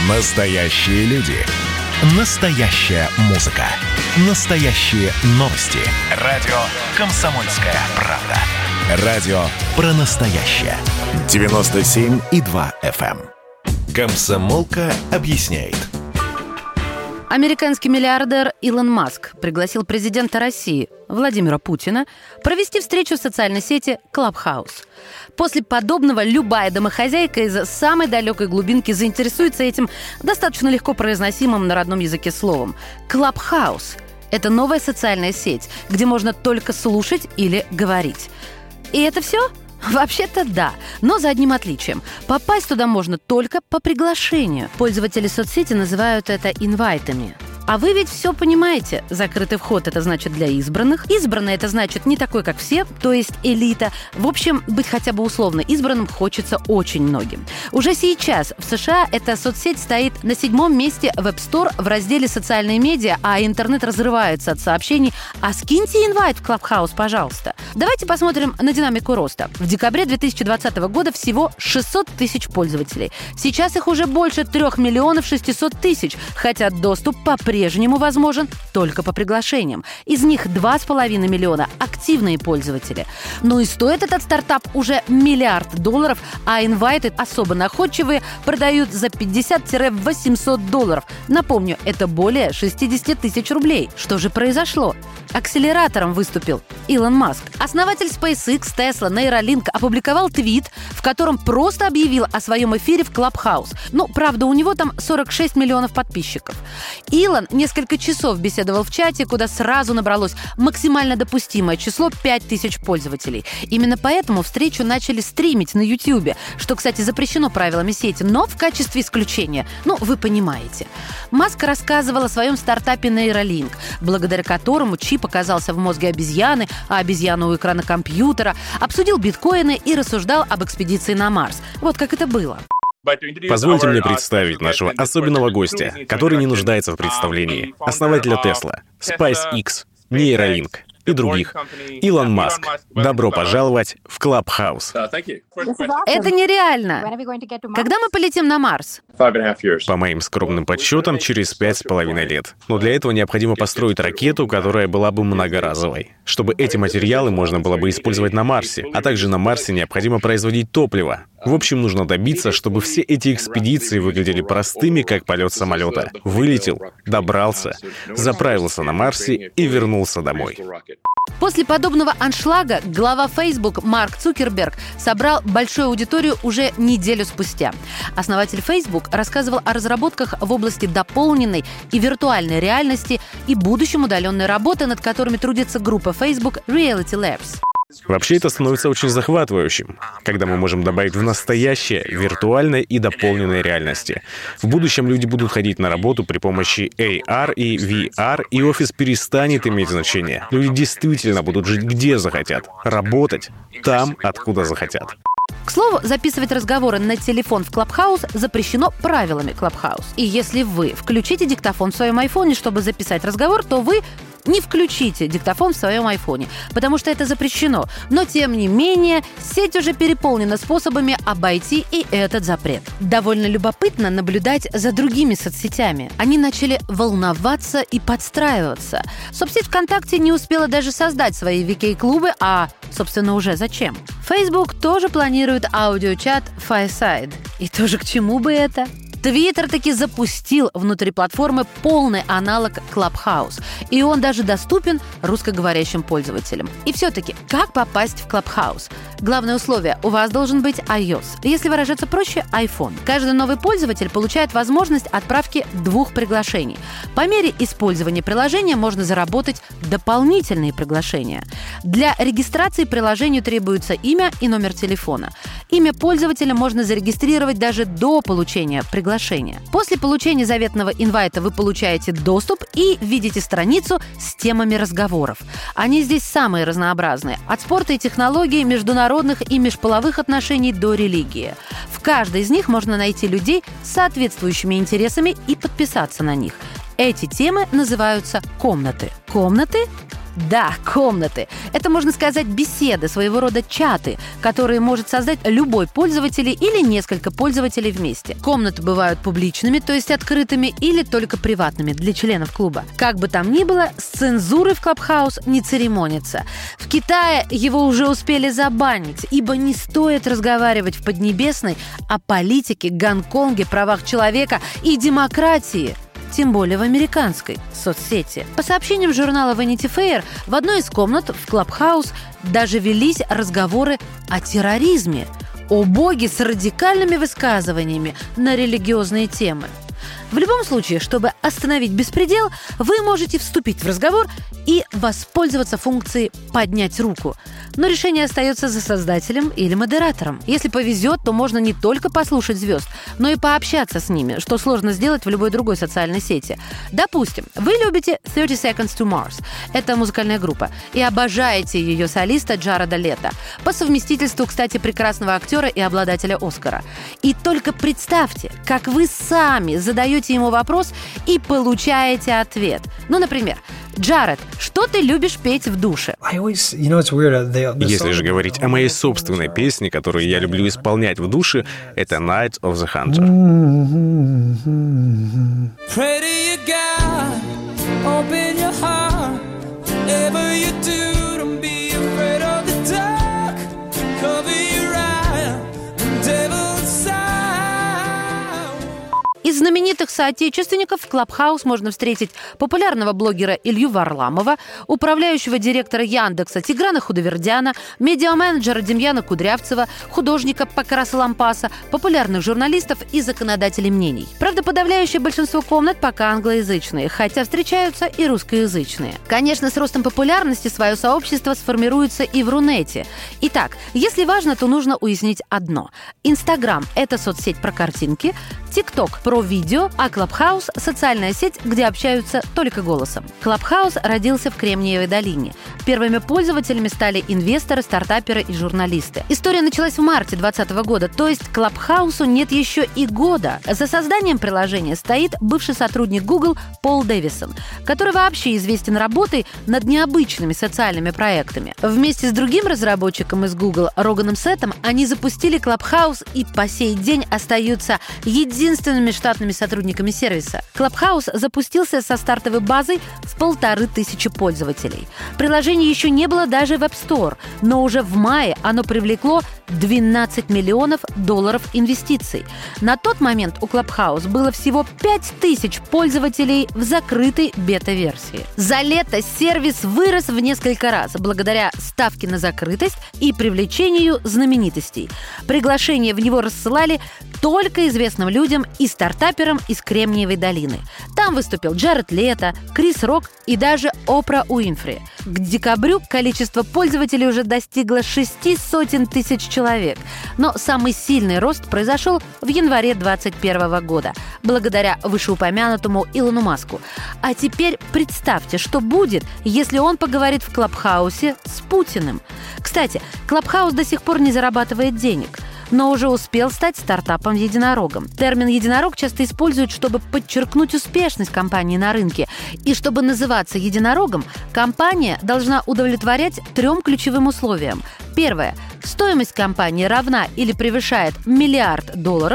Настоящие люди. Настоящая музыка. Настоящие новости. Радио «Комсомольская правда». Радио про настоящее. 97,2 FM. «Комсомолка объясняет». Американский миллиардер Илон Маск пригласил президента России Владимира Путина провести встречу в социальной сети Clubhouse. После подобного любая домохозяйка из самой далекой глубинки заинтересуется этим достаточно легко произносимым на родном языке словом. Clubhouse – это новая социальная сеть, где можно только слушать или говорить. И это все? Вообще-то да, но за одним отличием. Попасть туда можно только по приглашению. Пользователи соцсети называют это инвайтами. А вы ведь все понимаете. Закрытый вход – это значит для избранных. Избранный – это значит не такой, как все, то есть элита. В общем, быть хотя бы условно избранным хочется очень многим. Уже сейчас в США эта соцсеть стоит на 7-м месте в App Store в разделе «Социальные медиа», а интернет разрывается от сообщений «А скиньте инвайт в Clubhouse, пожалуйста». Давайте посмотрим на динамику роста. В декабре 2020 года всего 600 тысяч пользователей. Сейчас их уже больше 3 600 000, хотя доступ по-прежнему возможен только по приглашениям. Из них 2,5 миллиона активные пользователи. Ну и стоит этот стартап уже $1 миллиард, а инвайты особо находчивые продают за $50-800. Напомню, это более 60 тысяч рублей. Что же произошло? Акселератором выступил Илон Маск. Основатель SpaceX, Tesla, Neuralink опубликовал твит, в котором просто объявил о своем эфире в Clubhouse. Ну, правда, у него там 46 миллионов подписчиков. Илон несколько часов беседовал в чате, куда сразу набралось максимально допустимое число 5000 пользователей. Именно поэтому встречу начали стримить на YouTube, что, кстати, запрещено правилами сети, но в качестве исключения. Ну, вы понимаете. Маск рассказывал о своем стартапе Neuralink, благодаря которому чип оказался в мозге обезьяны, а обезьяна у экрана компьютера, обсудил биткоины и рассуждал об экспедиции на Марс. Вот как это было. Позвольте мне представить нашего особенного гостя, который не нуждается в представлении. Основателя Tesla, SpaceX, Neuralink и других. Илон Маск. Добро пожаловать в Clubhouse. Это нереально. Когда мы полетим на Марс? По моим скромным подсчетам, через 5,5 лет. Но для этого необходимо построить ракету, которая была бы многоразовой. Чтобы эти материалы можно было бы использовать на Марсе. А также на Марсе необходимо производить топливо. В общем, нужно добиться, чтобы все эти экспедиции выглядели простыми, как полет самолета. Вылетел, добрался, заправился на Марсе и вернулся домой. После подобного аншлага глава Facebook Марк Цукерберг собрал большую аудиторию уже неделю спустя. Основатель Facebook рассказывал о разработках в области дополненной и виртуальной реальности и будущем удаленной работы, над которыми трудится группа Facebook Reality Labs. Вообще это становится очень захватывающим, когда мы можем добавить в настоящее виртуальной и дополненной реальности. В будущем люди будут ходить на работу при помощи AR и VR, и офис перестанет иметь значение. Люди действительно будут жить где захотят, работать там, откуда захотят. К слову, записывать разговоры на телефон в Clubhouse запрещено правилами Clubhouse. И если вы включите диктофон в своем айфоне, чтобы записать разговор, то вы не включите диктофон в своем айфоне, потому что это запрещено. Но, тем не менее, сеть уже переполнена способами обойти и этот запрет. Довольно любопытно наблюдать за другими соцсетями. Они начали волноваться и подстраиваться. Соцсеть ВКонтакте не успела даже создать свои VK-клубы, а, собственно, уже зачем? Facebook тоже планирует аудиочат Fireside. И тоже к чему бы это? Твиттер таки запустил внутри платформы полный аналог Clubhouse. И он даже доступен русскоговорящим пользователям. И все-таки, как попасть в Clubhouse? Главное условие – у вас должен быть iOS. Если выражаться проще – iPhone. Каждый новый пользователь получает возможность отправки 2 приглашений. По мере использования приложения можно заработать дополнительные приглашения. Для регистрации приложению требуется имя и номер телефона. Имя пользователя можно зарегистрировать даже до получения приглашения. После получения заветного инвайта вы получаете доступ и видите страницу с темами разговоров. Они здесь самые разнообразные. От спорта и технологий, международных и межполовых отношений до религии. В каждой из них можно найти людей с соответствующими интересами и подписаться на них. Эти темы называются комнаты. Комнаты? Да, комнаты. Это, можно сказать, беседы, своего рода чаты, которые может создать любой пользователь или несколько пользователей вместе. Комнаты бывают публичными, то есть открытыми, или только приватными для членов клуба. Как бы там ни было, с цензурой в Clubhouse не церемонится. В Китае его уже успели забанить, ибо не стоит разговаривать в Поднебесной о политике, Гонконге, правах человека и демократии. Тем более в американской соцсети. По сообщениям журнала Vanity Fair, в одной из комнат в Clubhouse даже велись разговоры о терроризме, о боге с радикальными высказываниями на религиозные темы. В любом случае, чтобы остановить беспредел, вы можете вступить в разговор и воспользоваться функцией «поднять руку». Но решение остается за создателем или модератором. Если повезет, то можно не только послушать звезд, но и пообщаться с ними, что сложно сделать в любой другой социальной сети. Допустим, вы любите 30 Seconds to Mars. Это музыкальная группа. И обожаете ее солиста Джареда Лето. По совместительству, кстати, прекрасного актера и обладателя Оскара. И только представьте, как вы сами задаете ему вопрос и получаете ответ. Ну, например, Джаред, что ты любишь петь в душе? Если же говорить о моей собственной песне, которую я люблю исполнять в душе, это Night of the Hunter. Из знаменитых соотечественников в Clubhouse можно встретить популярного блогера Илью Варламова, управляющего директора Яндекса Тиграна Худовердяна, медиаменеджера Демьяна Кудрявцева, художника Покраса Лампаса, популярных журналистов и законодателей мнений. Правда, подавляющее большинство комнат пока англоязычные, хотя встречаются и русскоязычные. Конечно, с ростом популярности свое сообщество сформируется и в Рунете. Итак, если важно, то нужно уяснить одно. Инстаграм – это соцсеть про картинки, ТикТок – про видео, а Clubhouse – социальная сеть, где общаются только голосом. Clubhouse родился в Кремниевой долине. Первыми пользователями стали инвесторы, стартаперы и журналисты. История началась в марте 2020 года, то есть Clubhouse нет еще и года. За созданием приложения стоит бывший сотрудник Google Пол Дэвисон, который вообще известен работой над необычными социальными проектами. Вместе с другим разработчиком из Google Роганом Сеттом они запустили Clubhouse и по сей день остаются единственными штатными сотрудниками сервиса. Clubhouse запустился со стартовой базой в 1500 пользователей. Приложение еще не было даже в App Store, но уже в мае оно привлекло $12 миллионов инвестиций. На тот момент у Clubhouse было всего 5000 пользователей в закрытой бета-версии. За лето сервис вырос в несколько раз благодаря ставке на закрытость и привлечению знаменитостей. Приглашения в него рассылали только известным людям и стартаперам из Кремниевой долины. Там выступил Джаред Лето, Крис Рок и даже Опра Уинфри. К декабрю количество пользователей уже достигло 600 тысяч человек. Но самый сильный рост произошел в январе 2021 года, благодаря вышеупомянутому Илону Маску. А теперь представьте, что будет, если он поговорит в Клабхаусе с Путиным. Кстати, Клабхаус до сих пор не зарабатывает денег, но уже успел стать стартапом-единорогом. Термин «единорог» часто используют, чтобы подчеркнуть успешность компании на рынке. И чтобы называться единорогом, компания должна удовлетворять 3 ключевым условиям. Первое. Стоимость компании равна или превышает $1 миллиард.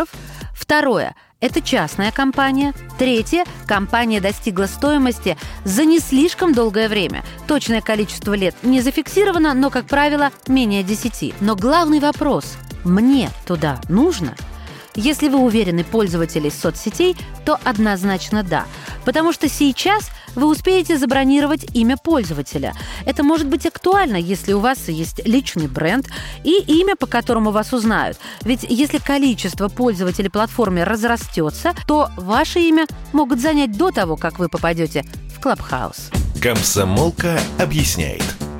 Второе. Это частная компания. Третье. Компания достигла стоимости за не слишком долгое время. Точное количество лет не зафиксировано, но, как правило, менее 10. Но главный вопрос – мне туда нужно? Если вы уверены пользователи соцсетей, то однозначно да. Потому что сейчас вы успеете забронировать имя пользователя. Это может быть актуально, если у вас есть личный бренд и имя, по которому вас узнают. Ведь если количество пользователей платформы разрастется, то ваше имя могут занять до того, как вы попадете в Clubhouse. Комсомолка объясняет.